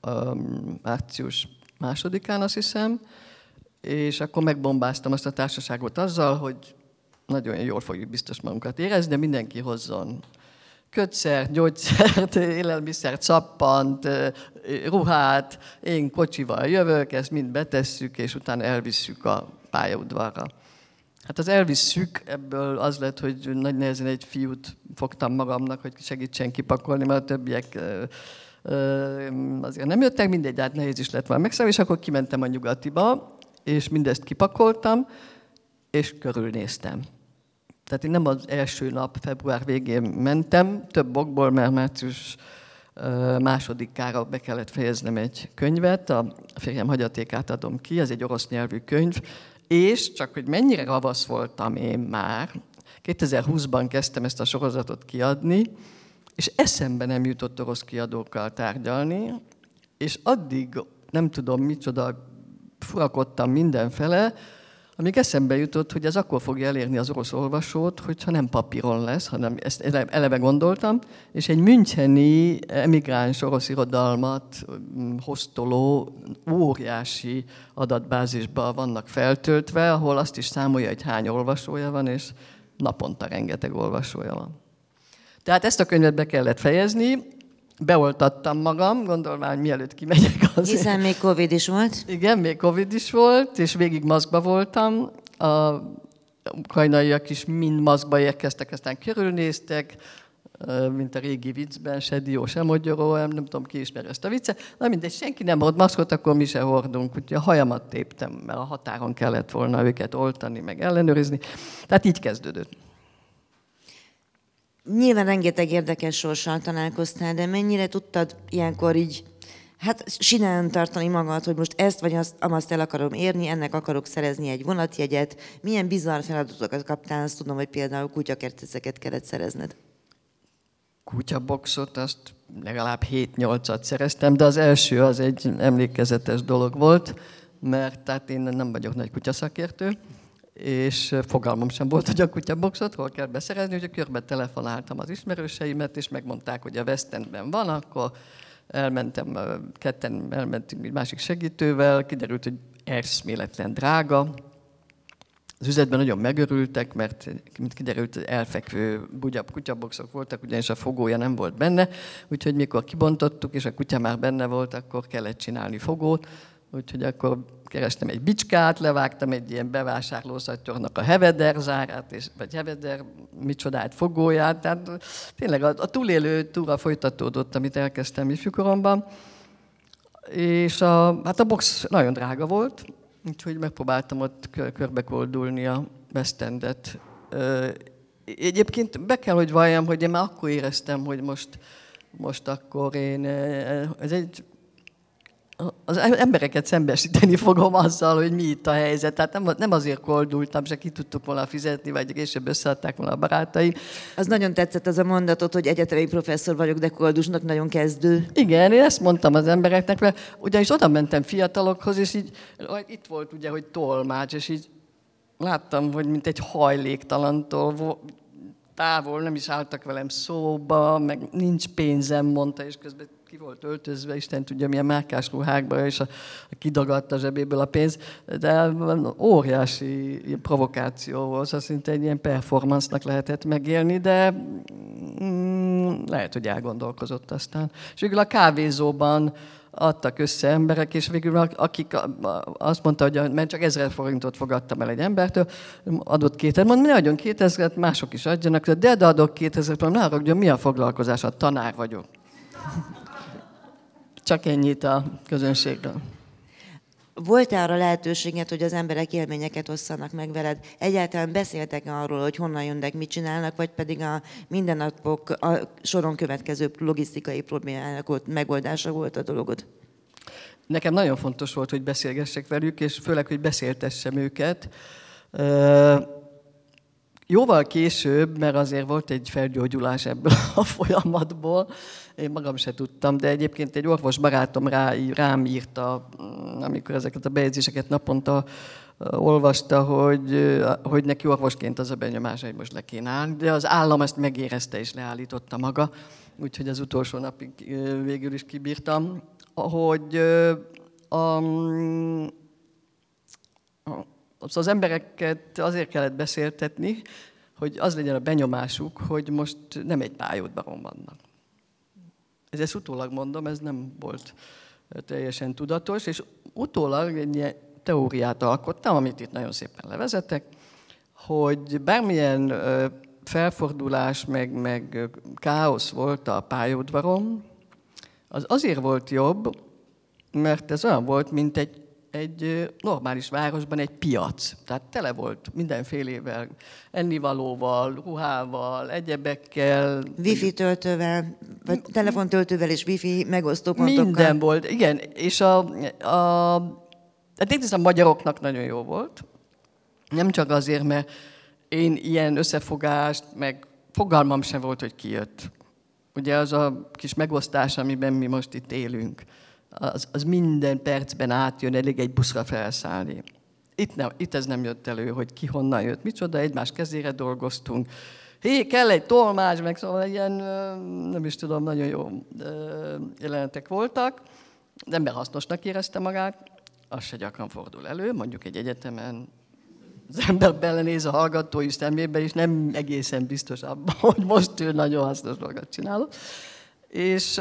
március 2-án, azt hiszem, és akkor megbombáztam azt a társaságot azzal, hogy nagyon jól fogjuk biztos magunkat érezni, de mindenki hozzon kötszert, gyógyszert, élelmiszert, szappant, ruhát, én kocsival jövök, ezt mind betesszük, és utána elvisszük a pályaudvarra. Hát az elvisszük, ebből az lett, hogy nagy nehezen egy fiút fogtam magamnak, hogy segítsen kipakolni, mert a többiek azért nem jöttek, mindegy, de hát nehéz is lett volna megszállni, és akkor kimentem a Nyugatiba, és mindezt kipakoltam, és körülnéztem. Tehát én nem az első nap, február végén mentem, több okból, mert március 2-ára be kellett fejeznem egy könyvet, a férjem hagyatékát adom ki, ez egy orosz nyelvű könyv, és csak hogy mennyire ravasz voltam én már, 2020-ban kezdtem ezt a sorozatot kiadni, és eszembe nem jutott orosz kiadókkal tárgyalni, és addig nem tudom micsoda, furakodtam mindenfele, amíg eszembe jutott, hogy ez akkor fogja elérni az orosz olvasót, hogyha nem papíron lesz, hanem ezt eleve gondoltam, és egy müncheni emigráns orosz irodalmat hoztoló óriási adatbázisba vannak feltöltve, ahol azt is számolja, hogy hány olvasója van, és naponta rengeteg olvasója van. Tehát ezt a könyvet be kellett fejezni, beoltattam magam, gondolván, mielőtt kimegyek azért. Hiszen még Covid is volt. Igen, még Covid is volt, és végig maszkba voltam. A ukrajnaiak is mind maszkba érkeztek, aztán körülnéztek, mint a régi viccben, se dió, se mogyoró, nem tudom, ki ismeri ezt a viccet. Na mindegy, senki nem hord maszkot, akkor mi se hordunk. Úgyhogy a hajamat téptem, mert a határon kellett volna őket oltani, meg ellenőrizni. Tehát így kezdődött. Nyilván rengeteg érdekes sorssal találkoztál, de mennyire tudtad ilyenkor így, sinán tartani magad, hogy most ezt vagy azt el akarom érni, ennek akarok szerezni egy vonatjegyet. Milyen bizarr feladatokat kaptál, azt tudom, hogy például kutyakerteceket kellett szerezned. Kutyaboxot, azt legalább 7-8-at szereztem, de az első az egy emlékezetes dolog volt, mert tehát én nem vagyok nagy kutyaszakértő, és fogalmam sem volt, hogy a kutyaboxot hol kell beszerezni, úgyhogy körbe telefonáltam az ismerőseimet, és megmondták, hogy a West Endben van, akkor ketten elmentünk egy másik segítővel, kiderült, hogy eszméletlen drága. Az üzletben nagyon megörültek, mert mint kiderült, elfekvő kutyaboxok voltak, ugyanis a fogója nem volt benne, úgyhogy mikor kibontottuk, és a kutya már benne volt, akkor kellett csinálni fogót, úgyhogy akkor kerestem egy bicskát, levágtam egy ilyen bevásárlószatyornak a heveder zárát, vagy heveder micsodát fogóját, tehát tényleg a túlélő túra folytatódott, amit elkezdtem ifjúkoromban, és a box nagyon drága volt, úgyhogy megpróbáltam ott körbekoldulni a West Endet. Egyébként be kell, hogy valljam, hogy én már akkor éreztem, hogy most akkor én, az embereket szembesíteni fogom azzal, hogy mi itt a helyzet. Tehát nem azért koldultam, se ki tudtuk volna fizetni, vagy később összeadták volna a barátaim. Az nagyon tetszett az a mondatot, hogy egyetemi professzor vagyok, de koldusnak nagyon kezdő. Igen, én ezt mondtam az embereknek, mert ugyanis oda mentem fiatalokhoz, és így itt volt ugye, hogy tolmács, és így láttam, hogy mint egy hajléktalantól távol, nem is álltak velem szóba, meg nincs pénzem, mondta, és közben ki volt öltözve, Isten tudja milyen márkás ruhákba, és kidagadt a zsebéből a pénz, de óriási provokáció volt, azt szinte egy ilyen performance-nak lehetett megélni, de lehet, hogy elgondolkozott aztán. És végül a kávézóban adtak össze emberek, és végül akik azt mondta, hogy mert csak 1000 forintot fogadtam el egy embertől, adott 2000, mondom, ne adjon 2000-et, mások is adjanak, de adok 2000-et, mondom, ne haragudjon, mi a foglalkozás? A tanár vagyok. Csak ennyit a közönségről. Volt-e arra lehetőséget, hogy az emberek élményeket osszanak meg veled? Egyáltalán beszéltek arról, hogy honnan jönnek, mit csinálnak, vagy pedig a mindennapok a soron következő logisztikai problémának volt, megoldása volt a dologod? Nekem nagyon fontos volt, hogy beszélgessek velük, és főleg, hogy beszéltessem őket. Jóval később, mert azért volt egy felgyógyulás ebből a folyamatból, én magam se tudtam, de egyébként egy orvos barátom rám írta, amikor ezeket a bejegyzéseket naponta olvasta, hogy neki orvosként az a benyomása, hogy most le kéne állni, de az állam ezt megérezte és leállította maga, úgyhogy az utolsó napig végül is kibírtam, hogy az embereket azért kellett beszéltetni, hogy az legyen a benyomásuk, hogy most nem egy pályaudvaron vannak. Ezt utólag mondom, ez nem volt teljesen tudatos, és utólag egy ilyen teóriát alkottam, amit itt nagyon szépen levezetek, hogy bármilyen felfordulás, meg káosz volt a pályaudvaron, az azért volt jobb, mert ez olyan volt, mint egy normális városban egy piac. Tehát tele volt mindenfélével, ennivalóval, ruhával, egyebekkel. Wifi töltővel, vagy telefontöltővel és wifi megosztópontokkal. Minden volt, igen. És a magyaroknak nagyon jó volt. Nem csak azért, mert én ilyen összefogást, meg fogalmam sem volt, hogy ki jött. Ugye az a kis megosztás, amiben mi most itt élünk, az minden percben átjön, elég egy buszra felszállni. Itt ez nem jött elő, hogy ki honnan jött, micsoda, egymás kezére dolgoztunk. Hé, kell egy tolmács, meg szóval ilyen, nem is tudom, nagyon jó jelenetek voltak. Az ember hasznosnak érezte magát, az se gyakran fordul elő, mondjuk egy egyetemen az ember belenéz a hallgatói szemébe, és nem egészen biztos abban, hogy most ő nagyon hasznos dolgot csinálott. És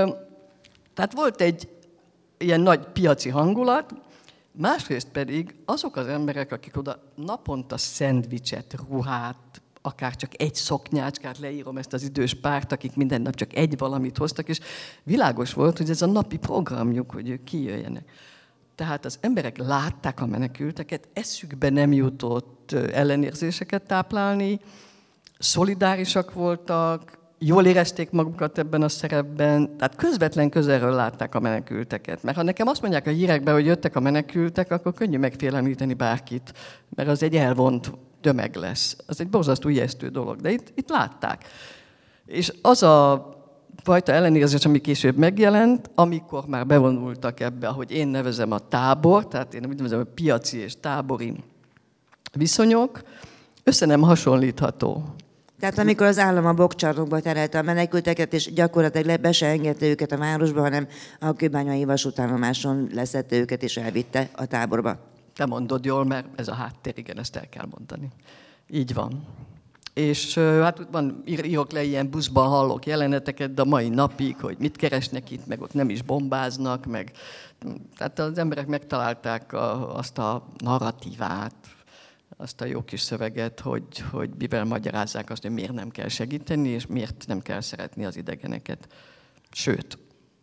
tehát volt egy ilyen nagy piaci hangulat, másrészt pedig azok az emberek, akik oda naponta szendvicset, ruhát, akár csak egy szoknyácskát, leírom ezt az idős párt, akik minden nap csak egy valamit hoztak, és világos volt, hogy ez a napi programjuk, hogy ők kijöjjenek. Tehát az emberek látták a menekülteket, eszükbe nem jutott ellenérzéseket táplálni, szolidárisak voltak, jól érezték magukat ebben a szerepben, tehát közvetlen közelről látták a menekülteket. Mert ha nekem azt mondják a hírekben, hogy jöttek a menekültek, akkor könnyű megfélemlíteni bárkit, mert az egy elvont tömeg lesz. Az egy borzasztó ijesztő dolog, de itt látták. És az a fajta ellenérzés, ami később megjelent, amikor már bevonultak ebbe, ahogy én nevezem a tábor, tehát én úgy nevezem a piaci és tábori viszonyok, össze nem hasonlítható. Tehát amikor az állam a bokcsarnokba terelte a menekülteket, és gyakorlatilag be se engedte őket a városba, hanem a kőbányai vasútállomáson leszedte őket és elvitte a táborba. Te mondod jól, mert ez a háttér, igen, ezt el kell mondani. Így van. És hát írok le ilyen buszban, hallok jeleneteket, de a mai napig, hogy mit keresnek itt, meg ott nem is bombáznak, meg tehát az emberek megtalálták azt a narratívát, azt a jó kis szöveget, hogy mivel magyarázzák azt, hogy miért nem kell segíteni, és miért nem kell szeretni az idegeneket. Sőt.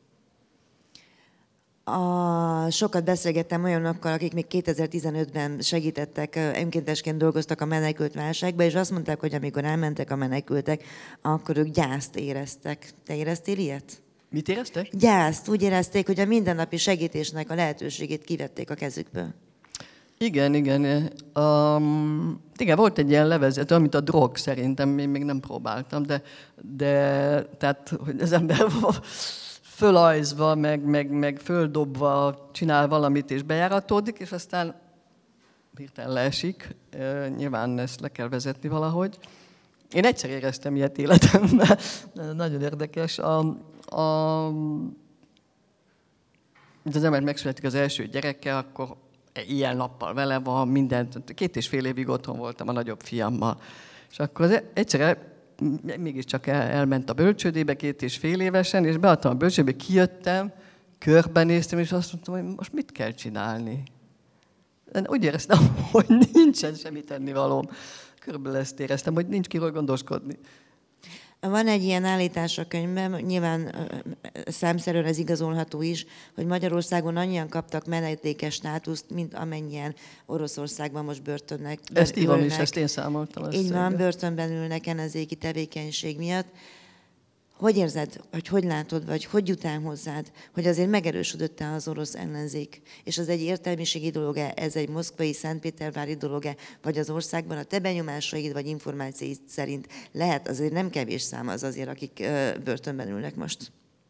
Sokat beszélgettem olyanokkal, akik még 2015-ben segítettek, önkéntesként dolgoztak a menekült válságba, és azt mondták, hogy amikor elmentek a menekültek, akkor ők gyászt éreztek. Te éreztél ilyet? Mit éreztek? Gyászt. Úgy érezték, hogy a mindennapi segítésnek a lehetőségét kivették a kezükből. Igen. Igen, volt egy ilyen levezető, amit a drog szerintem, én még nem próbáltam, de tehát, hogy az ember fölajzva, meg földobva csinál valamit és bejáratódik, és aztán hirtelen leesik. Nyilván ezt le kell vezetni valahogy. Én egyszer éreztem ilyet életemben, nagyon érdekes. az ember megszületik az első gyereke, akkor ilyen nappal vele van, mindent. 2,5 évig otthon voltam a nagyobb fiammal. És akkor egyszerre mégiscsak elment a bölcsődébe 2,5 évesen, és beadtam a bölcsődébe, kijöttem, körbenéztem, és azt mondtam, hogy most mit kell csinálni. Úgy éreztem, hogy nincsen semmi tennivalóm. Körülbelül ezt éreztem, hogy nincs kiről gondoskodni. Van egy ilyen állítás a könyvben, nyilván számszerűen ez igazolható is, hogy Magyarországon annyian kaptak menedékes státuszt, mint amennyien Oroszországban most börtönnek. Ezt írom is, ezt én számoltam. Így van, börtönben ülnek ellenzéki tevékenység miatt. Hogy érzed, hogy látod, vagy hogy jut el hozzád, hogy azért megerősödött az orosz ellenzék? És az egy értelmiségi dolog-e, ez egy moszkvai, szentpétervári dolog-e, vagy az országban a te benyomásaid, vagy információid szerint lehet, azért nem kevés szám az azért, akik börtönben ülnek most?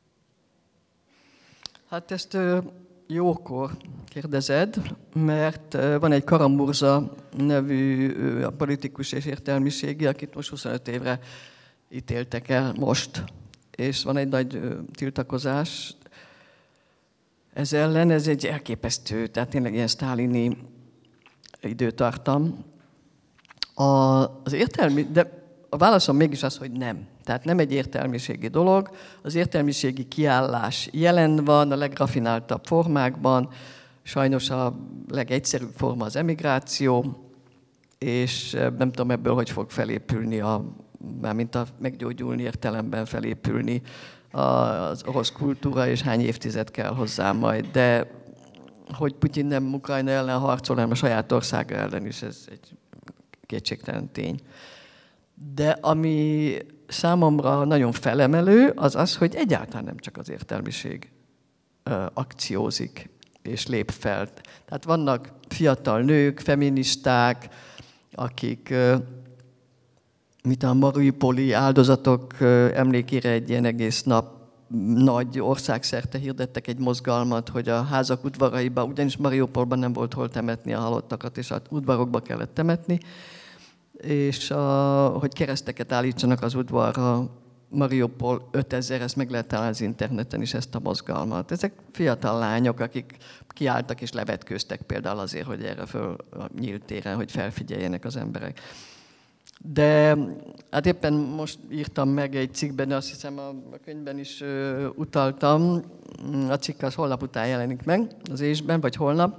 Hát ezt jókor kérdezed, mert van egy Karamurza nevű politikus és értelmiségi, akit most 25 évre ítéltek el most. És van egy nagy tiltakozás ez ellen, ez egy elképesztő, tehát tényleg ilyen sztálini időtartam. Az értelmi, de a válaszom mégis az, hogy nem. Tehát nem egy értelmiségi dolog. Az értelmiségi kiállás jelen van a legrafináltabb formákban, sajnos a legegyszerűbb forma az emigráció, és nem tudom ebből, hogy fog felépülni mármint a meggyógyulni értelemben felépülni az orosz kultúra, és hány évtized kell hozzá majd. De hogy Putyin nem Ukrajna ellen harcol, hanem a saját országa ellen is, ez egy kétségtelen tény. De ami számomra nagyon felemelő, az az, hogy egyáltalán nem csak az értelmiség akciózik és lép fel. Tehát vannak fiatal nők, feministák, akik mint a mariupoli áldozatok emlékére egy ilyen egész nap nagy országszerte hirdettek egy mozgalmat, hogy a házak udvaraiba, ugyanis Mariupolban nem volt hol temetni a halottakat, és az udvarokba kellett temetni, és hogy kereszteket állítsanak az udvarra, Mariupol 5000, ezt meg lehet találni az interneten is, ezt a mozgalmat. Ezek fiatal lányok, akik kiálltak és levetkőztek például azért, hogy erre föl a nyílt téren, hogy felfigyeljenek az emberek. De hát éppen most írtam meg egy cikkben, azt hiszem a könyvben is utaltam, a cikk az holnap után jelenik meg az ésben, vagy holnap.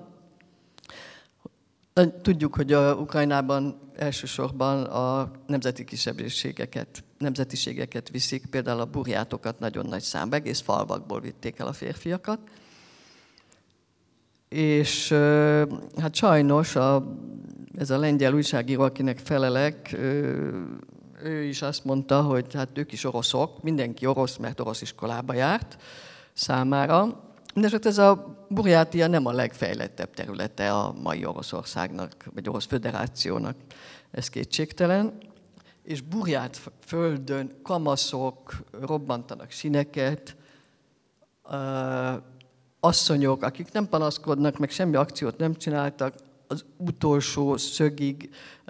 Tudjuk, hogy Ukrajnában elsősorban a nemzeti nemzetiségeket viszik, például a burjátokat nagyon nagy számba, egész falvakból vitték el a férfiakat. És hát sajnos ez a lengyel újságíró, akinek felelek, ő is azt mondta, hogy hát ők is oroszok, mindenki orosz, mert orosz iskolába járt számára. Mindenesetre ez a Burjátia nem a legfejlettebb területe a mai Oroszországnak, vagy Orosz Föderációnak, ez kétségtelen. És burját földön kamaszok robbantanak sineket, asszonyok, akik nem panaszkodnak, meg semmi akciót nem csináltak, az utolsó szögig,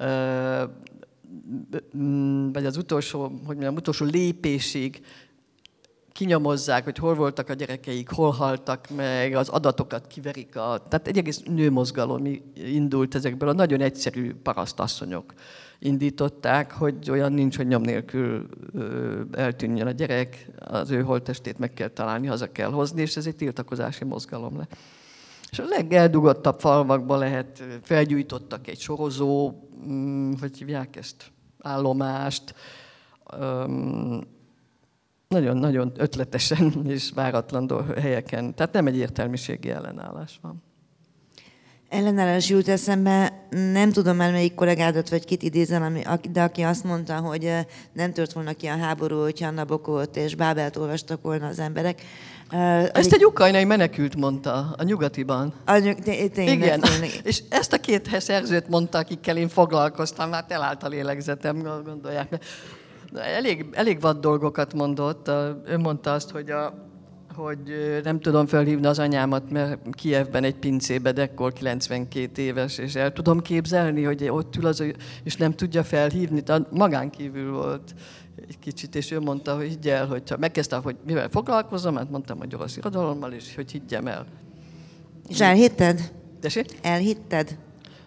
vagy az utolsó lépésig kinyomozzák, hogy hol voltak a gyerekeik, hol haltak meg, az adatokat kiverik. Tehát egy egész nőmozgalom indult ezekből, a nagyon egyszerű parasztasszonyok indították, hogy olyan nincs, hogy nyom nélkül eltűnjön a gyerek, az ő holttestét meg kell találni, haza kell hozni, és ez egy tiltakozási mozgalom lett. És a legeldugottabb falvakban felgyújtottak egy sorozó, hogy hívják ezt, állomást, nagyon-nagyon ötletesen és váratlan helyeken. Tehát nem egy értelmiségi ellenállás van. Ellenállás jut eszembe, nem tudom már melyik kollégádat vagy kit idézem, de aki azt mondta, hogy nem tört volna ki a háború, hogyha Nabokót és Bábelt olvastak volna az emberek. Ezt egy ukrajnai menekült mondta a Nyugatiban. Igen, és ezt a két szerzőt mondta, akikkel én foglalkoztam, hát elállt a lélegzetem, gondolják meg. Elég vad dolgokat mondott. Ő mondta azt, hogy nem tudom felhívni az anyámat, mert Kijevben egy pincébe, de akkor 92 éves, és el tudom képzelni, hogy ott ül és nem tudja felhívni. Tehát magán kívül volt egy kicsit, és ő mondta, hogy higgy el, hogyha megkezdtem, hogy mivel foglalkozom, hát mondtam, hogy orosz irodalommal, és hogy higgyem el. És elhitted? Tessék? Elhitted?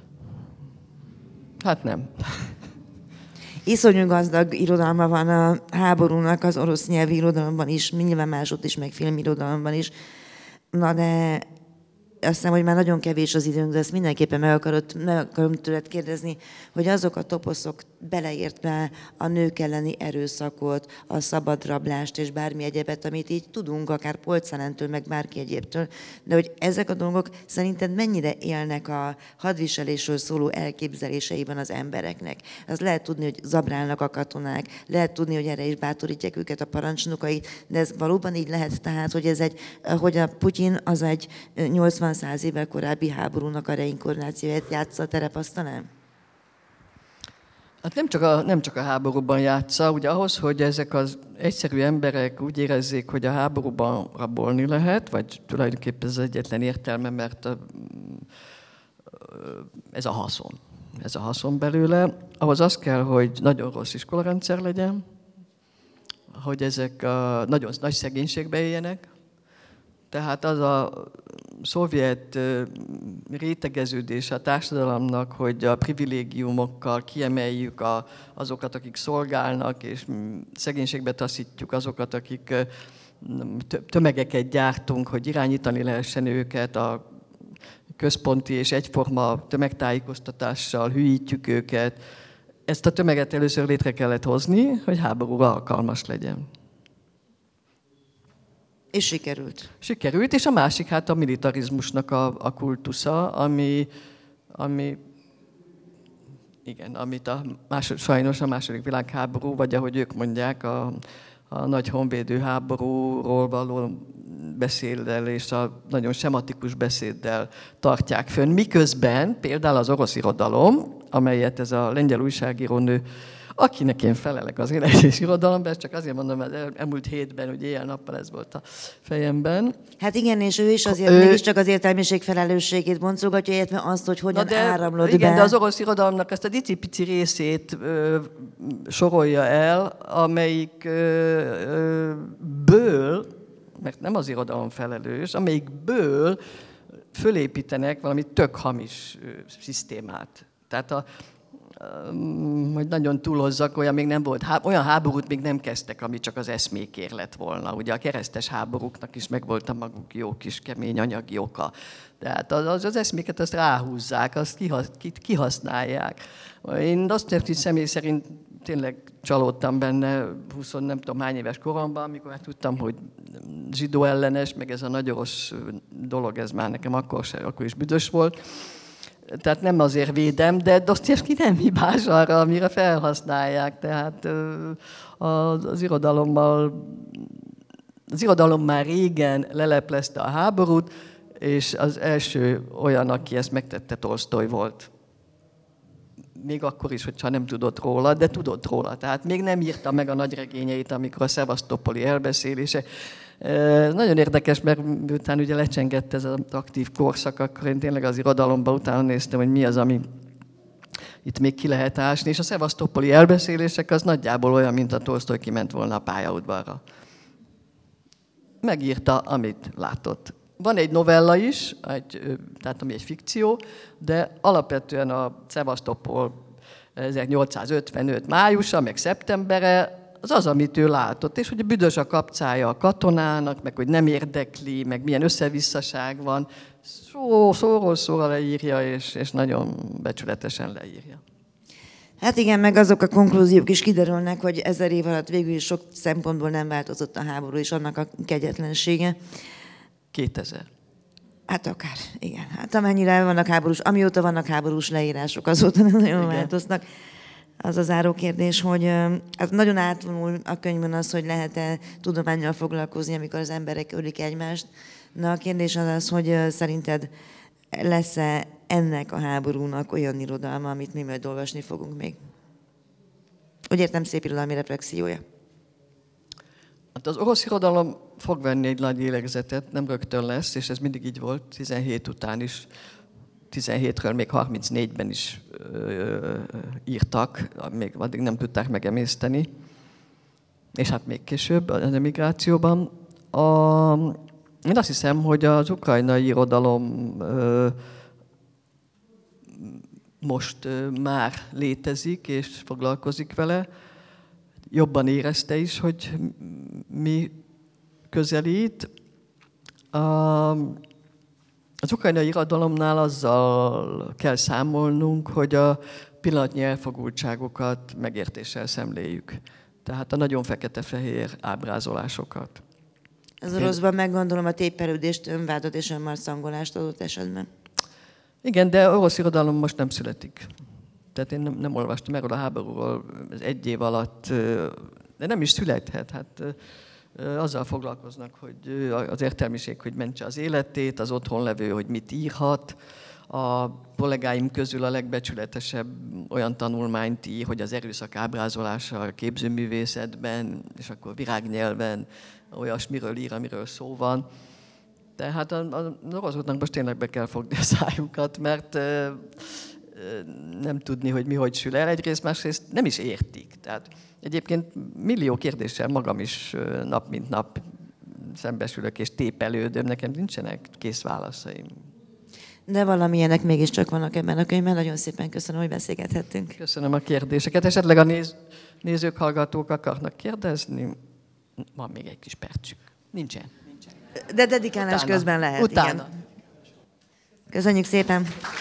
Hát nem. Iszonyú gazdag irodalma van a háborúnak, az orosz nyelvi irodalomban is, nyilván másod is, meg filmirodalomban is. Na de azt hiszem, hogy már nagyon kevés az időnk, de ezt mindenképpen meg akarom tőled kérdezni, hogy azok a toposzok beleértve a nők elleni erőszakot, a szabadrablást és bármi egyebet, amit így tudunk, akár Polcánentől, meg bárki egyébtől, de hogy ezek a dolgok szerinted mennyire élnek a hadviselésről szóló elképzeléseiben az embereknek? Az lehet tudni, hogy zabrálnak a katonák, lehet tudni, hogy erre is bátorítják őket a parancsnokait, de ez valóban így lehet, tehát, hogy a Putyin az egy 80-100 évvel korábbi háborúnak a reinkarnációját játsza a terepasztalán? Hát nem csak a háborúban játsza, ugye ahhoz, hogy ezek az egyszerű emberek úgy érezzék, hogy a háborúban rabolni lehet, vagy tulajdonképpen ez egyetlen értelme, mert ez a haszon. Ez a haszon belőle. Ahhoz az kell, hogy nagyon rossz iskolarendszer legyen, hogy ezek nagyon nagy szegénységbe éljenek. Tehát az a szovjet rétegeződés a társadalomnak, hogy a privilégiumokkal kiemeljük azokat, akik szolgálnak, és szegénységbe taszítjuk azokat, akik tömegeket gyártunk, hogy irányítani lehessen őket a központi és egyforma tömegtájékoztatással, hülyítjük őket. Ezt a tömeget először létre kellett hozni, hogy háborúra alkalmas legyen. És sikerült. Sikerült, és a másik hát a militarizmusnak a kultusza, amit sajnos a második világháború, vagy ahogy ők mondják, a nagy honvédő háborúról való beszéddel és a nagyon sematikus beszéddel tartják fönn. Miközben például az orosz irodalom, amelyet ez a lengyel újságírónő, akinek én felelek az élet és irodalomban, ezt csak azért mondom, mert elmúlt hétben, hogy éjjel-nappal ez volt a fejemben. Hát igen, és ő is azért mégiscsak az értelmiség felelősségét boncolgatja, illetve azt, hogy hogyan áramlod igen, be. de az orosz irodalomnak ezt a dicipici részét sorolja el, amelyikből, mert nem az irodalom felelős, amelyikből fölépítenek valami tök hamis szisztémát. Tehát hogy nagyon túlhozzak, olyan még nem volt, olyan háborút még nem kezdtek, ami csak az eszmékért lett volna. Ugye a keresztes háborúknak is megvolt a maguk jó kis kemény anyagi oka. Tehát az eszméket azt ráhúzzák, azt kihasználják. Én azt értem, hogy személy szerint tényleg csalódtam benne 20 nem tudom hány éves koromban, amikor már tudtam, hogy zsidó ellenes, meg ez a nagy orosz dolog, ez már nekem akkor is büdös volt. Tehát nem azért védem, de Dostoyevszky nem hibás arra, amire felhasználják. Tehát az irodalom már régen leleplezte a háborút, és az első olyan, aki ezt megtette, Tolsztoj volt. Még akkor is, hogyha nem tudott róla, de tudott róla. Tehát még nem írta meg a nagy regényeit, amikor a szevasztopoli elbeszélése. Nagyon érdekes, mert utána ugye lecsengett ez az aktív korszak, akkor én tényleg az irodalomban utána néztem, hogy mi az, ami itt még ki lehet ásni, és a szevasztopoli elbeszélések az nagyjából olyan, mint a Tolsztoj kiment volna a pályaudvarra. Megírta, amit látott. Van egy novella is, tehát ami egy fikció, de alapvetően a Szevasztopol 1855 májusa, meg szeptembere, az, amit ő látott, és hogy büdös a kapcája a katonának, meg hogy nem érdekli, meg milyen összevisszaság van, szóról szóra leírja, és nagyon becsületesen leírja. Hát igen, meg azok a konklúziók is kiderülnek, hogy 1000 év alatt végül is sok szempontból nem változott a háború, és annak a kegyetlensége. 2000. Hát akár, igen. Hát amióta vannak háborús leírások, azóta nagyon változnak. Az a záró kérdés, hogy hát nagyon átvonul a könyvben az, hogy lehet-e tudománnyal foglalkozni, amikor az emberek ölik egymást. Na a kérdés az, hogy szerinted lesz-e ennek a háborúnak olyan irodalma, amit mi majd olvasni fogunk még? Úgy értem, szép irodalmi reflexiója. Hát az orosz irodalom fog venni egy nagy lélegzetet, nem rögtön lesz, és ez mindig így volt, 17 után is. 17-ről még 34-ben is írtak, még addig nem tudták megemészteni, és hát még később az emigrációban. Én azt hiszem, hogy az ukrajnai irodalom most már létezik és foglalkozik vele. Jobban érezte is, hogy mi közelít. Az ukrajnai irodalomnál azzal kell számolnunk, hogy a pillanatnyi elfogultságokat megértéssel szemléljük. Tehát a nagyon fekete-fehér ábrázolásokat. Ez a rosszban meggondolom a tépelődést, önvádot és önmarszangolást adott esetben. Igen, de orosz irodalom most nem születik. Tehát én nem olvastam erről a háborúról egy év alatt, de nem is születhet. Hát azzal foglalkoznak, hogy az értelmiség, hogy mentse az életét, az otthon levő, hogy mit írhat. A kollégáim közül a legbecsületesebb olyan tanulmányt ír, hogy az erőszak ábrázolása a képzőművészetben, és akkor virágnyelven olyasmiről ír, amiről szó van. Tehát az oroszoknak most tényleg be kell fogni a szájukat, mert nem tudni, hogy mi hogy sül el. Egyrészt, másrészt nem is értik. Tehát egyébként millió kérdéssel magam is nap mint nap szembesülök és tépelődöm, nekem nincsenek kész válaszaim. De valamilyenek mégiscsak vannak ebben a könyvben. Nagyon szépen köszönöm, hogy beszélgethettünk. Köszönöm a kérdéseket. Esetleg a nézők, hallgatók akarnak kérdezni? Van még egy kis percük. Nincsen. De dedikálás közben lehet. Utána. Igen. Köszönjük szépen!